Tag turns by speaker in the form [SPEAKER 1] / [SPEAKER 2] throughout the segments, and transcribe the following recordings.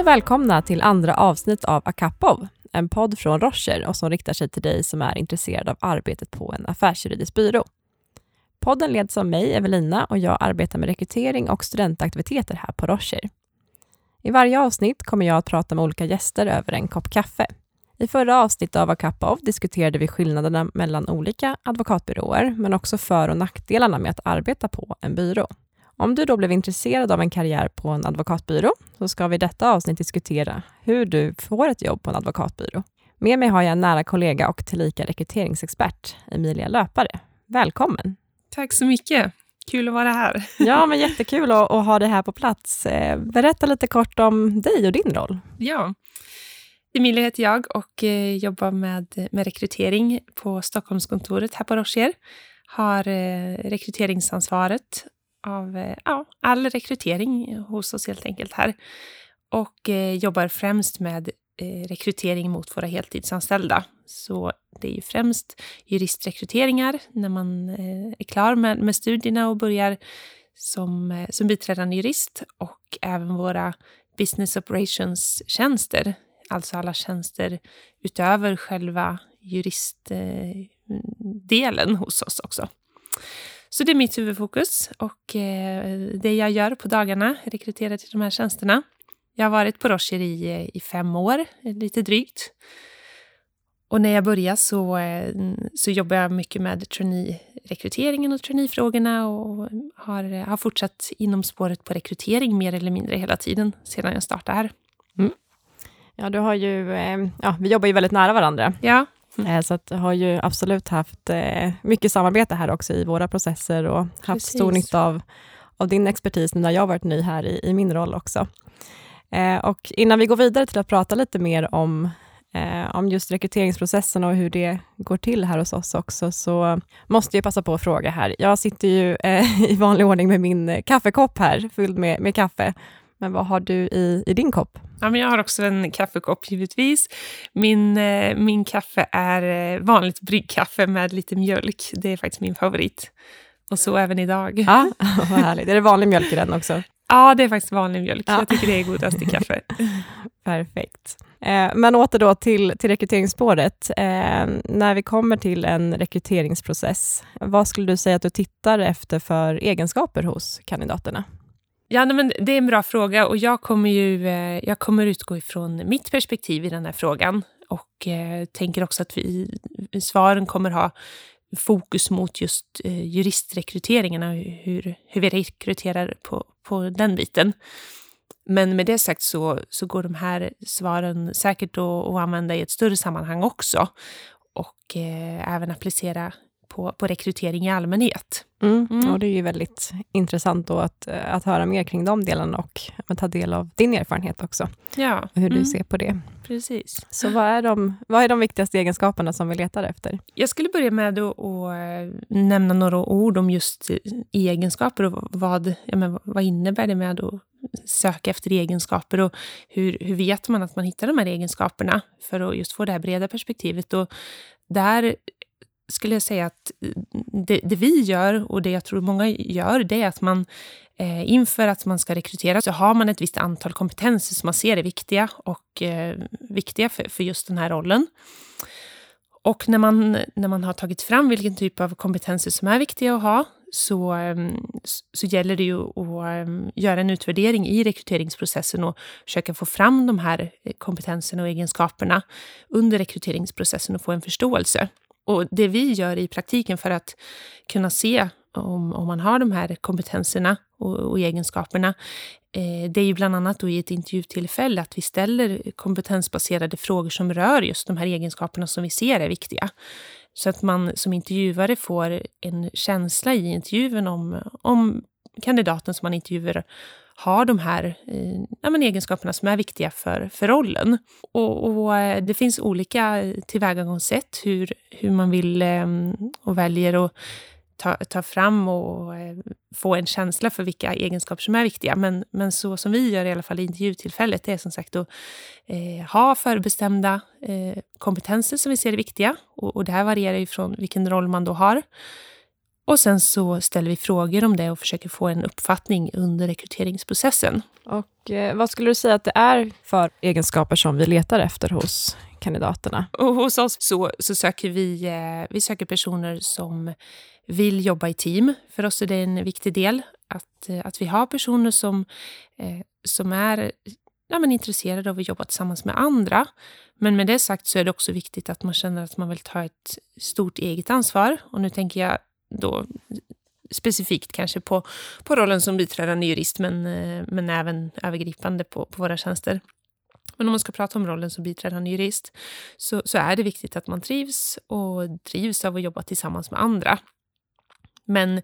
[SPEAKER 1] Hej och välkomna till andra avsnitt av Akapov, en podd från Rocher och som riktar sig till dig som är intresserad av arbetet på en affärsjuridisk byrå. Podden leds av mig, Evelina, och jag arbetar med rekrytering och studentaktiviteter här på Rocher. I varje avsnitt kommer jag att prata med olika gäster över en kopp kaffe. I förra avsnittet av Akapov diskuterade vi skillnaderna mellan olika advokatbyråer, men också för- och nackdelarna med att arbeta på en byrå. Om du då blev intresserad av en karriär på en advokatbyrå så ska vi i detta avsnitt diskutera hur du får ett jobb på en advokatbyrå. Med mig har jag en nära kollega och tillika rekryteringsexpert, Emilia Löpare. Välkommen!
[SPEAKER 2] Tack så mycket! Kul att vara här.
[SPEAKER 1] Ja, men jättekul att ha dig här på plats. Berätta lite kort om dig och din roll.
[SPEAKER 2] Ja, Emilia heter jag och jobbar med rekrytering på Stockholmskontoret här på Rocher. Har rekryteringsansvaret av all rekrytering hos oss helt enkelt här. Och jobbar främst med rekrytering mot våra heltidsanställda. Så det är ju främst juristrekryteringar när man är klar med studierna och börjar som biträdande jurist. Och även våra business operations-tjänster. Alltså alla tjänster utöver själva juristdelen hos oss också. Så det är mitt huvudfokus och det jag gör på dagarna, rekryterar till de här tjänsterna. Jag har varit på Rocher i 5 år, lite drygt. Och när jag började så jobbar jag mycket med trainee-rekryteringen och trainee-frågorna och har fortsatt inom spåret på rekrytering mer eller mindre hela tiden sedan jag startade här.
[SPEAKER 1] Mm. Ja, du har ju, vi jobbar ju väldigt nära varandra.
[SPEAKER 2] Ja.
[SPEAKER 1] Så att jag har ju absolut haft mycket samarbete här också i våra processer och haft stor nytta av din expertis nu när jag har varit ny här i min roll också. Och innan vi går vidare till att prata lite mer om just rekryteringsprocessen och hur det går till här hos oss också, så måste jag passa på att fråga här. Jag sitter ju i vanlig ordning med min kaffekopp här, fylld med kaffe. Men vad har du i din kopp?
[SPEAKER 2] Ja, men jag har också en kaffekopp givetvis. Min kaffe är vanligt bryggkaffe med lite mjölk. Det är faktiskt min favorit. Och så även idag.
[SPEAKER 1] Ja, vad härligt. Är det vanlig mjölk i den också?
[SPEAKER 2] Ja, det är faktiskt vanlig mjölk. Ja. Jag tycker det är godast i kaffe.
[SPEAKER 1] Perfekt. Men åter då till rekryteringsspåret. När vi kommer till en rekryteringsprocess, vad skulle du säga att du tittar efter för egenskaper hos kandidaterna?
[SPEAKER 2] Ja, men det är en bra fråga och jag kommer utgå ifrån mitt perspektiv i den här frågan och tänker också att vi i svaren kommer ha fokus mot just juristrekryteringarna och hur vi rekryterar på den biten. Men med det sagt så går de här svaren säkert att använda i ett större sammanhang också och även applicera på rekrytering i allmänhet.
[SPEAKER 1] Och det är ju väldigt intressant då att höra mer kring de delarna och ta del av din erfarenhet också.
[SPEAKER 2] Ja.
[SPEAKER 1] Och hur du ser på det.
[SPEAKER 2] Precis.
[SPEAKER 1] Så vad är de viktigaste egenskaperna som vi letar efter?
[SPEAKER 2] Jag skulle börja med att nämna några ord om just egenskaper och vad innebär det med att söka efter egenskaper och hur vet man att man hittar de här egenskaperna för att just få det här breda perspektivet. Och där skulle jag säga att det vi gör och det jag tror många gör, det är att man inför att man ska rekrytera så har man ett visst antal kompetenser som man ser är viktiga och viktiga för just den här rollen. Och när man har tagit fram vilken typ av kompetenser som är viktiga att ha så gäller det ju att göra en utvärdering i rekryteringsprocessen och försöka få fram de här kompetenserna och egenskaperna under rekryteringsprocessen och få en förståelse. Och det vi gör i praktiken för att kunna se om man har de här kompetenserna och egenskaperna, det är ju bland annat då i ett intervjutillfälle att vi ställer kompetensbaserade frågor som rör just de här egenskaperna som vi ser är viktiga. Så att man som intervjuare får en känsla i intervjun om kandidaten som man intervjuar har de här egenskaperna som är viktiga för rollen. Och det finns olika tillvägagångssätt hur man vill och väljer att ta fram och få en känsla för vilka egenskaper som är viktiga. Men så som vi gör i alla fall i intervjutillfället är som sagt att ha förbestämda kompetenser som vi ser är viktiga. Och det här varierar ju från vilken roll man då har. Och sen så ställer vi frågor om det och försöker få en uppfattning under rekryteringsprocessen.
[SPEAKER 1] Och vad skulle du säga att det är för egenskaper som vi letar efter hos kandidaterna?
[SPEAKER 2] Och hos oss så söker vi söker personer som vill jobba i team. För oss är det en viktig del att vi har personer som är intresserade av att jobba tillsammans med andra. Men med det sagt så är det också viktigt att man känner att man vill ta ett stort eget ansvar. Och nu tänker jag då specifikt kanske på rollen som biträdande jurist, men även övergripande på våra tjänster. Men om man ska prata om rollen som biträdande jurist så är det viktigt att man trivs och drivs av att jobba tillsammans med andra. Men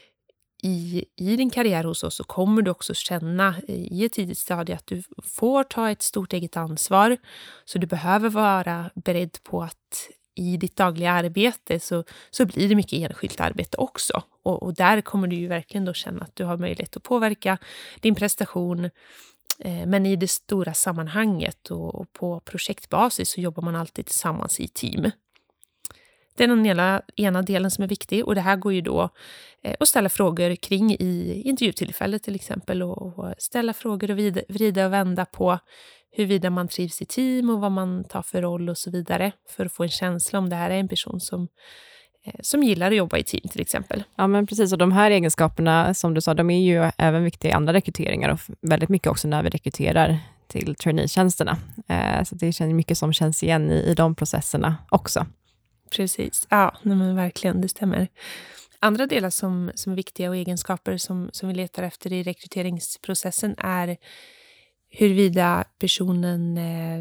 [SPEAKER 2] i din karriär hos oss så kommer du också känna i ett tidigt stadie att du får ta ett stort eget ansvar. Så du behöver vara beredd på att i ditt dagliga arbete så blir det mycket enskilt arbete också. Och där kommer du ju verkligen då känna att du har möjlighet att påverka din prestation. Men i det stora sammanhanget och på projektbasis så jobbar man alltid tillsammans i team. Det är den ena delen som är viktig, och det här går ju då att ställa frågor kring i intervjutillfället till exempel, och ställa frågor och vrida och vända på huruvida man trivs i team och vad man tar för roll och så vidare, för att få en känsla om det här är en person som gillar att jobba i team till exempel.
[SPEAKER 1] Ja, men precis, och de här egenskaperna som du sa, de är ju även viktiga i andra rekryteringar och väldigt mycket också när vi rekryterar till traineetjänsterna. Så det är mycket som känns igen i de processerna också.
[SPEAKER 2] Precis, ja, men verkligen, det stämmer. Andra delar som är viktiga och egenskaper som vi letar efter i rekryteringsprocessen är huruvida personen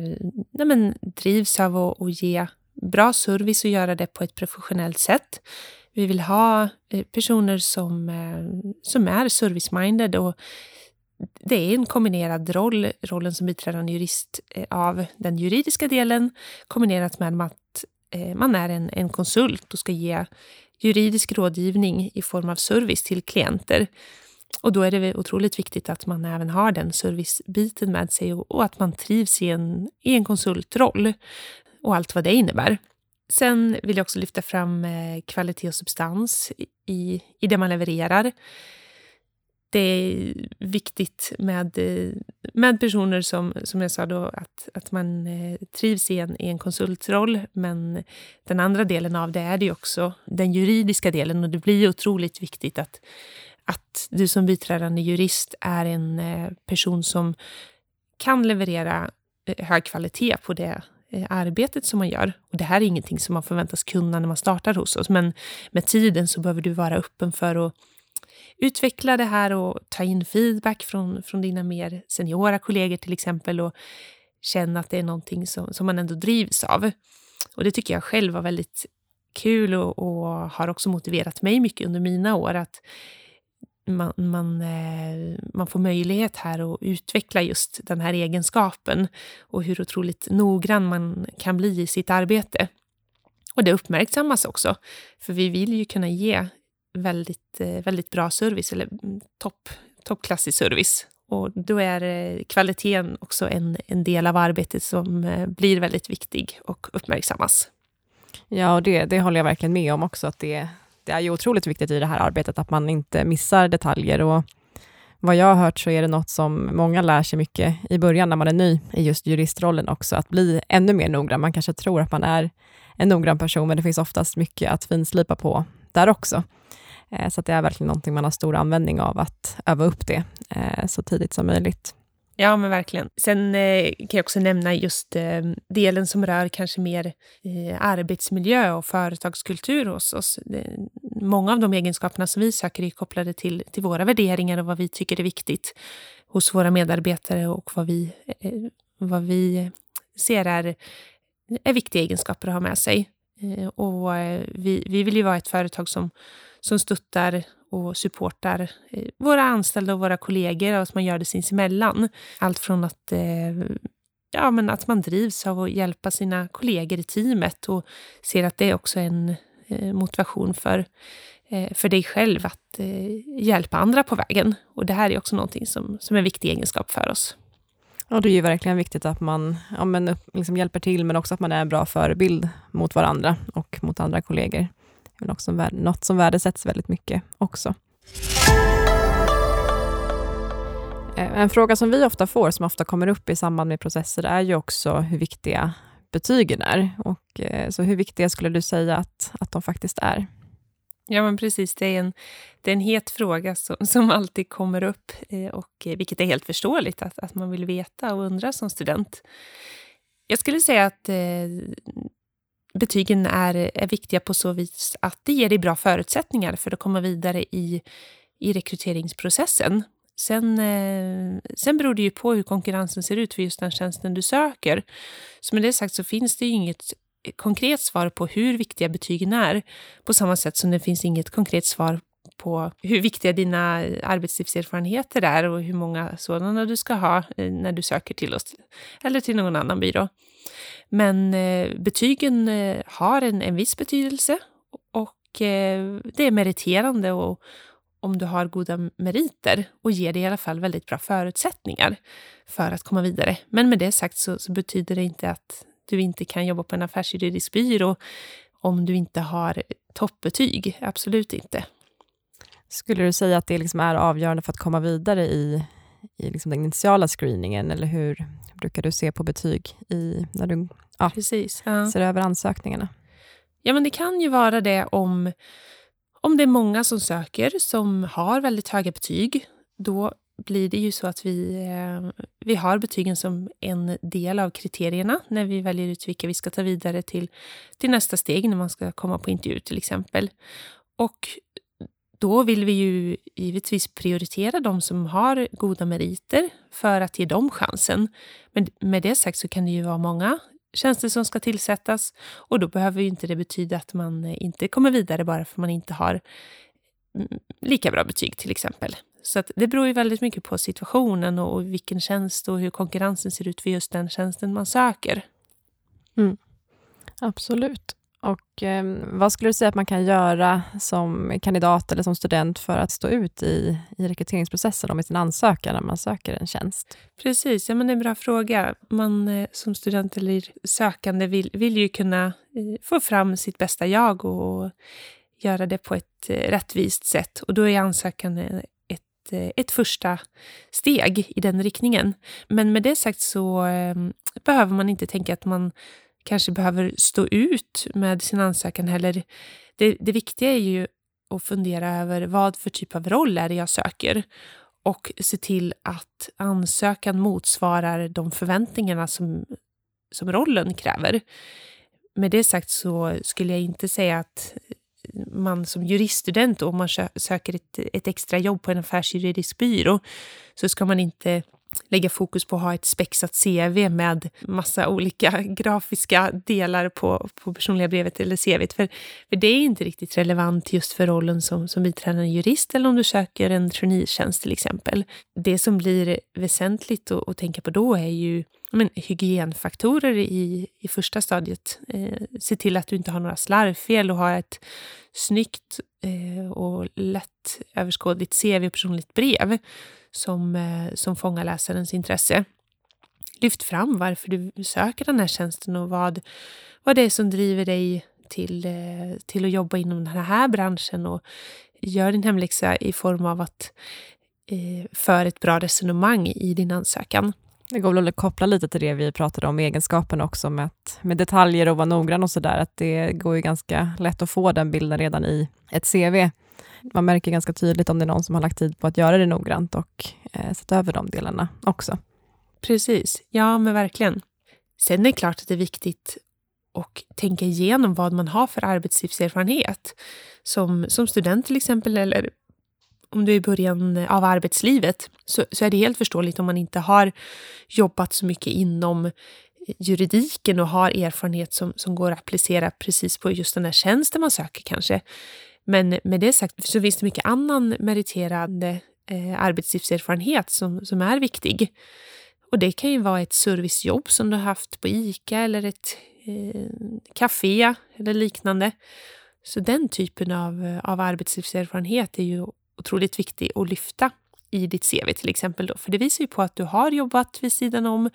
[SPEAKER 2] drivs av att ge bra service och göra det på ett professionellt sätt. Vi vill ha personer som är service-minded, och det är en kombinerad rollen som biträdande jurist av den juridiska delen kombinerat med att man är en konsult och ska ge juridisk rådgivning i form av service till klienter. Och då är det otroligt viktigt att man även har den servicebiten med sig och att man trivs i en konsultroll och allt vad det innebär. Sen vill jag också lyfta fram kvalitet och substans i det man levererar. Det är viktigt med personer som jag sa då att man trivs i en konsultroll, men den andra delen av det är det också den juridiska delen, och det blir otroligt viktigt att du som biträdande jurist är en person som kan leverera hög kvalitet på det arbetet som man gör. Och det här är ingenting som man förväntas kunna när man startar hos oss, men med tiden så behöver du vara öppen för att utveckla det här och ta in feedback från dina mer seniora kollegor till exempel, och känna att det är någonting som man ändå drivs av. Och det tycker jag själv var väldigt kul och har också motiverat mig mycket under mina år, att man får möjlighet här att utveckla just den här egenskapen och hur otroligt noggrann man kan bli i sitt arbete. Och det uppmärksammas också, för vi vill ju kunna ge väldigt, väldigt bra service, eller toppklassig service. Och då är kvaliteten också en del av arbetet som blir väldigt viktig och uppmärksammas.
[SPEAKER 1] Ja, och det håller jag verkligen med om också, att det är ju otroligt viktigt i det här arbetet att man inte missar detaljer, och vad jag har hört så är det något som många lär sig mycket i början när man är ny i just juristrollen också, att bli ännu mer noggrann. Man kanske tror att man är en noggrann person, men det finns oftast mycket att finslipa på där också. Så att det är verkligen någonting man har stor användning av, att öva upp det så tidigt som möjligt.
[SPEAKER 2] Ja, men verkligen. Sen kan jag också nämna just delen som rör kanske mer arbetsmiljö och företagskultur hos oss. Många av de egenskaperna som vi söker är kopplade till våra värderingar och vad vi tycker är viktigt hos våra medarbetare, och vad vi ser är viktiga egenskaper att ha med sig. Och vi vill ju vara ett företag som stöttar och supportar våra anställda och våra kollegor, och att man gör det sinsemellan. Allt från att man drivs av att hjälpa sina kollegor i teamet och ser att det är också en motivation för dig själv att hjälpa andra på vägen. Och det här är också någonting som är en viktig egenskap för oss.
[SPEAKER 1] Och det är ju verkligen viktigt att man liksom hjälper till, men också att man är en bra förebild mot varandra och mot andra kollegor. Det är också något som värdesätts väldigt mycket också. En fråga som vi ofta får, som ofta kommer upp i samband med processer, är ju också hur viktiga betygen är. Och, så hur viktiga skulle du säga att de faktiskt är?
[SPEAKER 2] Ja, men precis. Det är en het fråga som alltid kommer upp, och vilket är helt förståeligt att man vill veta och undra som student. Jag skulle säga att betygen är viktiga på så vis att det ger dig bra förutsättningar för att komma vidare i rekryteringsprocessen. Sen beror det ju på hur konkurrensen ser ut för just den tjänsten du söker. Så med det sagt så finns det ju inget konkret svar på hur viktiga betygen är. På samma sätt som det finns inget konkret svar på hur viktiga dina arbetslivserfarenheter är och hur många sådana du ska ha när du söker till oss eller till någon annan byrå. Men betygen har en viss betydelse, och det är meriterande och om du har goda meriter och ger dig i alla fall väldigt bra förutsättningar för att komma vidare. Men med det sagt så betyder det inte att du inte kan jobba på en affärsjuridisk byrå om du inte har toppbetyg. Absolut inte. Skulle du säga att det liksom är avgörande för att komma vidare i liksom den initiala screeningen, eller hur brukar du se på betyg när du ser över ansökningarna? Ja, men det kan ju vara det om det är många som söker som har väldigt höga betyg. Då blir det ju så att vi har betygen som en del av kriterierna när vi väljer ut vilka vi ska ta vidare till nästa steg när man ska komma på intervju till exempel. Och då vill vi ju givetvis prioritera de som har goda meriter för att ge dem chansen. Men med det sagt så kan det ju vara många tjänster som ska tillsättas, och då behöver ju inte det betyda att man inte kommer vidare bara för man inte har lika bra betyg till exempel. Så att det beror ju väldigt mycket på situationen och vilken tjänst och hur konkurrensen ser ut för just den tjänsten man söker.
[SPEAKER 1] Absolut. Och vad skulle du säga att man kan göra som kandidat eller som student för att stå ut i rekryteringsprocessen och med sin ansökan när man söker en tjänst?
[SPEAKER 2] Precis, ja, men det är en bra fråga. Man som student eller sökande vill ju kunna få fram sitt bästa jag och göra det på ett rättvist sätt. Och då är ansökan ett första steg i den riktningen. Men med det sagt så behöver man inte tänka att man kanske behöver stå ut med sin ansökan heller. Det viktiga är ju att fundera över vad för typ av roll är det jag söker, och se till att ansökan motsvarar de förväntningarna som rollen kräver. Med det sagt så skulle jag inte säga att man som juriststudent, om man söker ett extra jobb på en affärsjuridisk byrå, så ska man inte lägga fokus på att ha ett spexat CV med massa olika grafiska delar på personliga brevet eller CV:t. För det är inte riktigt relevant just för rollen som biträdande jurist, eller om du söker en traineetjänst till exempel. Det som blir väsentligt att tänka på då är ju hygienfaktorer i första stadiet. Se till att du inte har några slarvfel och ha ett snyggt och lätt överskådligt CV och personligt brev som fångar läsarens intresse. Lyft fram varför du söker den här tjänsten och vad det är som driver dig till att jobba inom den här branschen, och gör din hemläxa i form av att för ett bra resonemang i din ansökan.
[SPEAKER 1] Det går väl att koppla lite till det vi pratade om, egenskaperna också med detaljer och vara noggrann och sådär, att det går ju ganska lätt att få den bilden redan i ett CV. Man märker ganska tydligt om det är någon som har lagt tid på att göra det noggrant och sätta över de delarna också.
[SPEAKER 2] Precis, ja men verkligen. Sen är det klart att det är viktigt att tänka igenom vad man har för arbetslivserfarenhet. Som student till exempel, eller om du är i början av arbetslivet, så är det helt förståeligt om man inte har jobbat så mycket inom juridiken och har erfarenhet som går att applicera precis på just den här tjänsten man söker kanske. Men med det sagt så finns det mycket annan meriterande arbetslivserfarenhet som är viktig. Och det kan ju vara ett servicejobb som du har haft på ICA eller ett café eller liknande. Så den typen av arbetslivserfarenhet är ju otroligt viktig att lyfta i ditt CV till exempel då. För det visar ju på att du har jobbat vid sidan om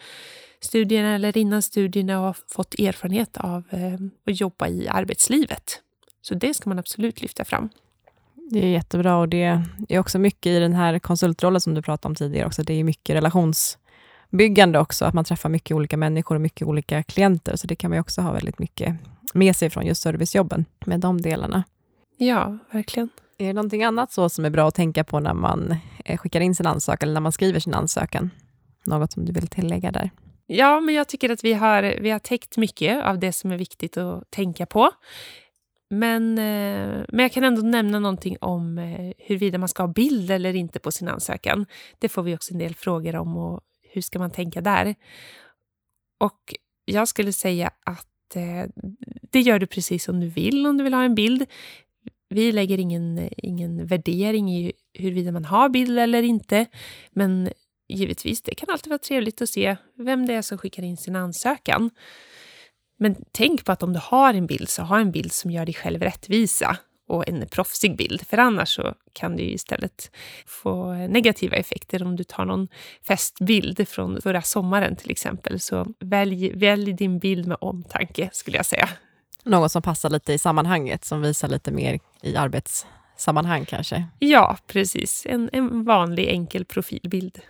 [SPEAKER 2] studierna eller innan studierna och har fått erfarenhet av att jobba i arbetslivet. Så det ska man absolut lyfta fram.
[SPEAKER 1] Det är jättebra, och det är också mycket i den här konsultrollen som du pratade om tidigare också. Det är mycket relationsbyggande också, att man träffar mycket olika människor och mycket olika klienter. Så det kan man ju också ha väldigt mycket med sig från just servicejobben med de delarna.
[SPEAKER 2] Ja, verkligen.
[SPEAKER 1] Är det någonting annat så som är bra att tänka på när man skickar in sin ansökan eller när man skriver sin ansökan? Något som du vill tillägga där?
[SPEAKER 2] Ja, men jag tycker att vi har täckt mycket av det som är viktigt att tänka på. Men jag kan ändå nämna någonting om huruvida man ska ha bild eller inte på sin ansökan. Det får vi också en del frågor om, och hur ska man tänka där? Och jag skulle säga att det gör du precis som du vill om du vill ha en bild. Vi lägger ingen värdering i huruvida man har bild eller inte. Men givetvis, det kan alltid vara trevligt att se vem det är som skickar in sin ansökan. Men tänk på att om du har en bild, så ha en bild som gör dig själv rättvisa och en proffsig bild. För annars så kan du istället få negativa effekter om du tar någon festbild från förra sommaren till exempel. Så välj din bild med omtanke, skulle jag säga.
[SPEAKER 1] Något som passar lite i sammanhanget, som visar lite mer i arbetssammanhang kanske.
[SPEAKER 2] Ja, precis. En vanlig enkel profilbild.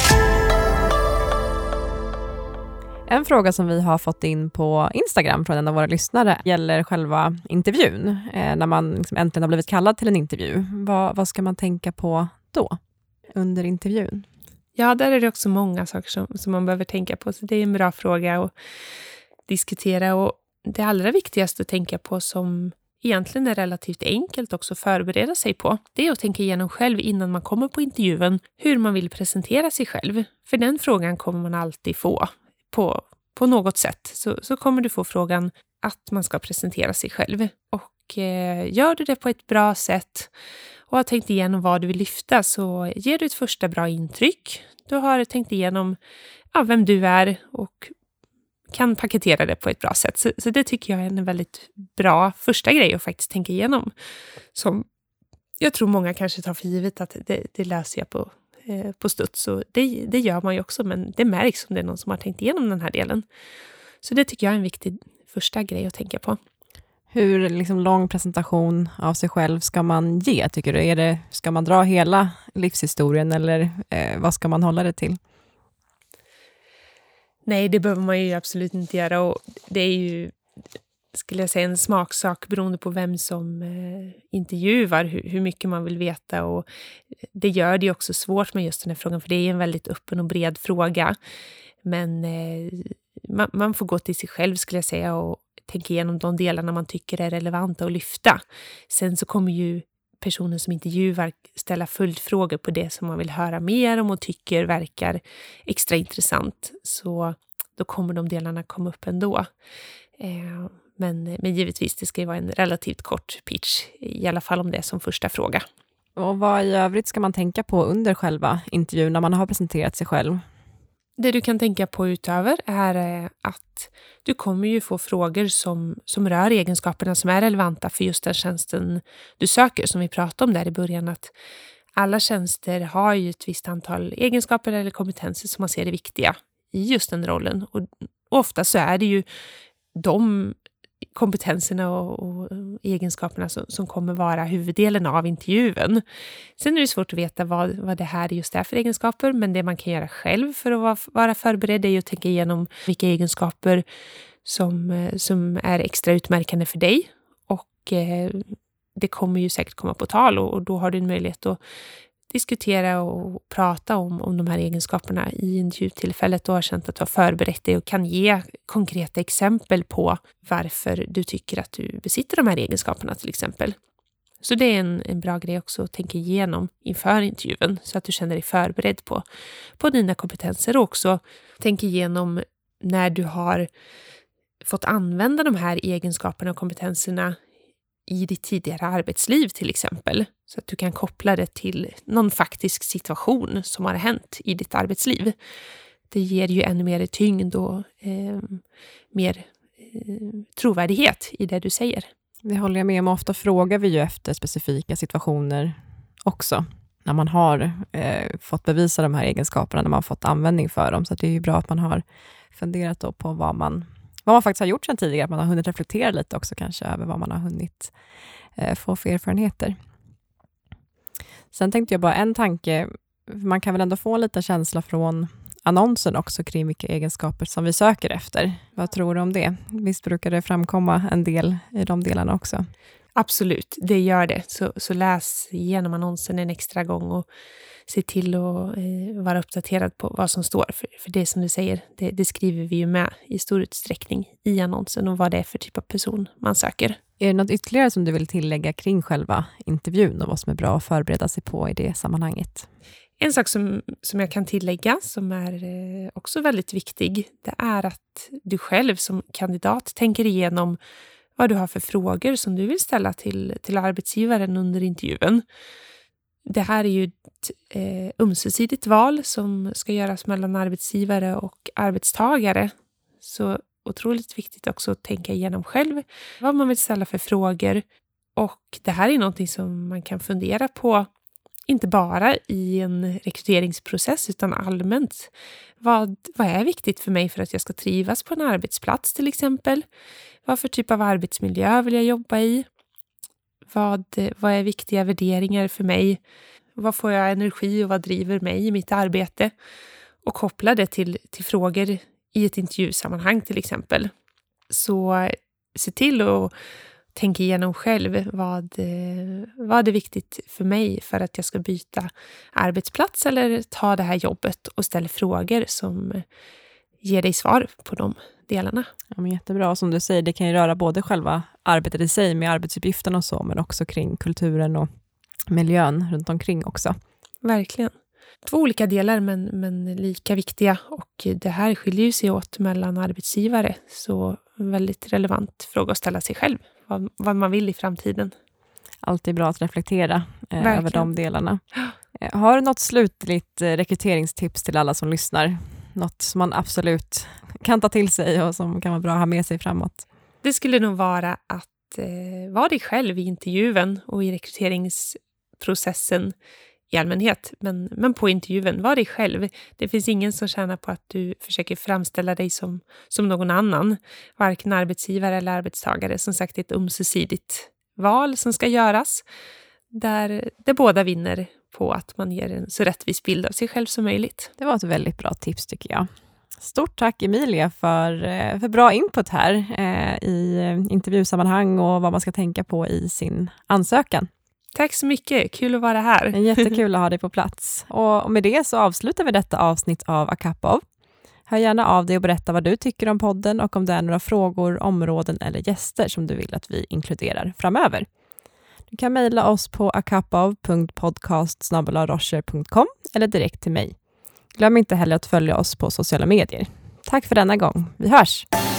[SPEAKER 1] En fråga som vi har fått in på Instagram från en av våra lyssnare gäller själva intervjun. När man liksom äntligen har blivit kallad till en intervju. Vad ska man tänka på då under intervjun?
[SPEAKER 2] Ja, där är det också många saker som man behöver tänka på. Så det är en bra fråga att diskutera. Och det allra viktigaste att tänka på, som egentligen är relativt enkelt också att förbereda sig på, det är att tänka igenom själv innan man kommer på intervjun hur man vill presentera sig själv. För den frågan kommer man alltid få. På något sätt så kommer du få frågan att man ska presentera sig själv. Och gör du det på ett bra sätt och har tänkt igenom vad du vill lyfta, så ger du ett första bra intryck. Du har tänkt igenom vem du är och kan paketera det på ett bra sätt. Så det tycker jag är en väldigt bra första grej att faktiskt tänka igenom. Som jag tror många kanske tar för givet att det löser jag på studs. Och det gör man ju också, men det märks om det är någon som har tänkt igenom den här delen. Så det tycker jag är en viktig första grej att tänka på.
[SPEAKER 1] Hur lång presentation av sig själv ska man ge, tycker du? Ska man dra hela livshistorien eller vad ska man hålla det till?
[SPEAKER 2] Nej, det behöver man ju absolut inte göra, och det är ju, skulle jag säga, en smaksak beroende på vem som intervjuar, hur mycket man vill veta, och det gör det också svårt med just den här frågan, för det är en väldigt öppen och bred fråga. Men man får gå till sig själv, skulle jag säga, och tänka igenom de delarna man tycker är relevanta att lyfta. Sen så kommer ju personen som intervjuar ställa följdfrågor på det som man vill höra mer om och tycker verkar extra intressant. Så då kommer de delarna komma upp ändå. Men givetvis, det ska ju vara en relativt kort pitch, i alla fall om det är som första fråga.
[SPEAKER 1] Och vad i övrigt ska man tänka på under själva intervjun när man har presenterat sig själv?
[SPEAKER 2] Det du kan tänka på utöver är att du kommer ju få frågor som rör egenskaperna som är relevanta för just den tjänsten du söker, som vi pratade om där i början, att alla tjänster har ju ett visst antal egenskaper eller kompetenser som man ser är viktiga i just den rollen. Och ofta så är det ju de kompetenserna och egenskaperna som kommer vara huvuddelen av intervjun. Sen är det svårt att veta vad det här just är för egenskaper, men det man kan göra själv för att vara förberedd är ju att tänka igenom vilka egenskaper som är extra utmärkande för dig, och det kommer ju säkert komma på tal, och då har du en möjlighet att diskutera och prata om de här egenskaperna i intervjutillfället, och har känt att du har förberett dig och kan ge konkreta exempel på varför du tycker att du besitter de här egenskaperna till exempel. Så det är en bra grej också att tänka igenom inför intervjun, så att du känner dig förberedd på dina kompetenser, och också tänka igenom när du har fått använda de här egenskaperna och kompetenserna i ditt tidigare arbetsliv till exempel. Så att du kan koppla det till någon faktisk situation som har hänt i ditt arbetsliv. Det ger ju ännu mer tyngd och mer trovärdighet i det du säger.
[SPEAKER 1] Det håller jag med om. Ofta frågar vi ju efter specifika situationer också. När man har fått bevisa de här egenskaperna, när man har fått användning för dem. Så det är ju bra att man har funderat då på vad man vad man faktiskt har gjort sedan tidigare. Att man har hunnit reflektera lite också kanske över vad man har hunnit få för erfarenheter. Sen tänkte jag bara en tanke. Man kan väl ändå få en liten känsla från annonsen också kring vilka egenskaper som vi söker efter. Vad tror du om det? Visst brukar det framkomma en del i de delarna också?
[SPEAKER 2] Absolut, det gör det. Så läs igenom annonsen en extra gång och se till att vara uppdaterad på vad som står. För det som du säger, det skriver vi ju med i stor utsträckning i annonsen och vad det är för typ av person man söker.
[SPEAKER 1] Är det något ytterligare som du vill tillägga kring själva intervjun och vad som är bra att förbereda sig på i det sammanhanget?
[SPEAKER 2] En sak som jag kan tillägga som är också väldigt viktig, det är att du själv som kandidat tänker igenom vad du har för frågor som du vill ställa till arbetsgivaren under intervjun. Det här är ju ett ömsesidigt val som ska göras mellan arbetsgivare och arbetstagare. Så otroligt viktigt också att tänka igenom själv vad man vill ställa för frågor. Och det här är någonting som man kan fundera på, inte bara i en rekryteringsprocess utan allmänt. Vad är viktigt för mig för att jag ska trivas på en arbetsplats till exempel? Vad för typ av arbetsmiljö vill jag jobba i? Vad är viktiga värderingar för mig? Vad får jag energi och vad driver mig i mitt arbete? Och koppla det till frågor i ett intervjusammanhang till exempel. Så se till att tänka igenom själv vad är viktigt för mig för att jag ska byta arbetsplats eller ta det här jobbet och ställa frågor som ger dig svar på de delarna.
[SPEAKER 1] Ja, men jättebra. Som du säger, det kan ju röra både själva arbetet i sig med arbetsuppgifterna och så, men också kring kulturen och miljön runt omkring också.
[SPEAKER 2] Verkligen. 2 olika delar men lika viktiga, och det här skiljer sig åt mellan arbetsgivare, så väldigt relevant fråga att ställa sig själv. Vad man vill i framtiden.
[SPEAKER 1] Alltid bra att reflektera över de delarna. Har du något slutligt rekryteringstips till alla som lyssnar? Något som man absolut kan ta till sig och som kan vara bra att ha med sig framåt?
[SPEAKER 2] Det skulle nog vara att vara dig själv i intervjun och i rekryteringsprocessen i allmänhet. Men på intervjun, var dig själv. Det finns ingen som tjänar på att du försöker framställa dig som någon annan. Varken arbetsgivare eller arbetstagare. Som sagt, det är ett ömsesidigt val som ska göras. Där båda vinner på att man ger en så rättvis bild av sig själv som möjligt.
[SPEAKER 1] Det var ett väldigt bra tips tycker jag. Stort tack Emilia för bra input här i intervjusammanhang och vad man ska tänka på i sin ansökan.
[SPEAKER 2] Tack så mycket, kul att vara här.
[SPEAKER 1] Jättekul att ha dig på plats. Och med det så avslutar vi detta avsnitt av A Cup of. Hör gärna av dig och berätta vad du tycker om podden och om det är några frågor, områden eller gäster som du vill att vi inkluderar framöver. Du kan mejla oss på acupov.podcast@roscher.com eller direkt till mig. Glöm inte heller att följa oss på sociala medier. Tack för denna gång. Vi hörs!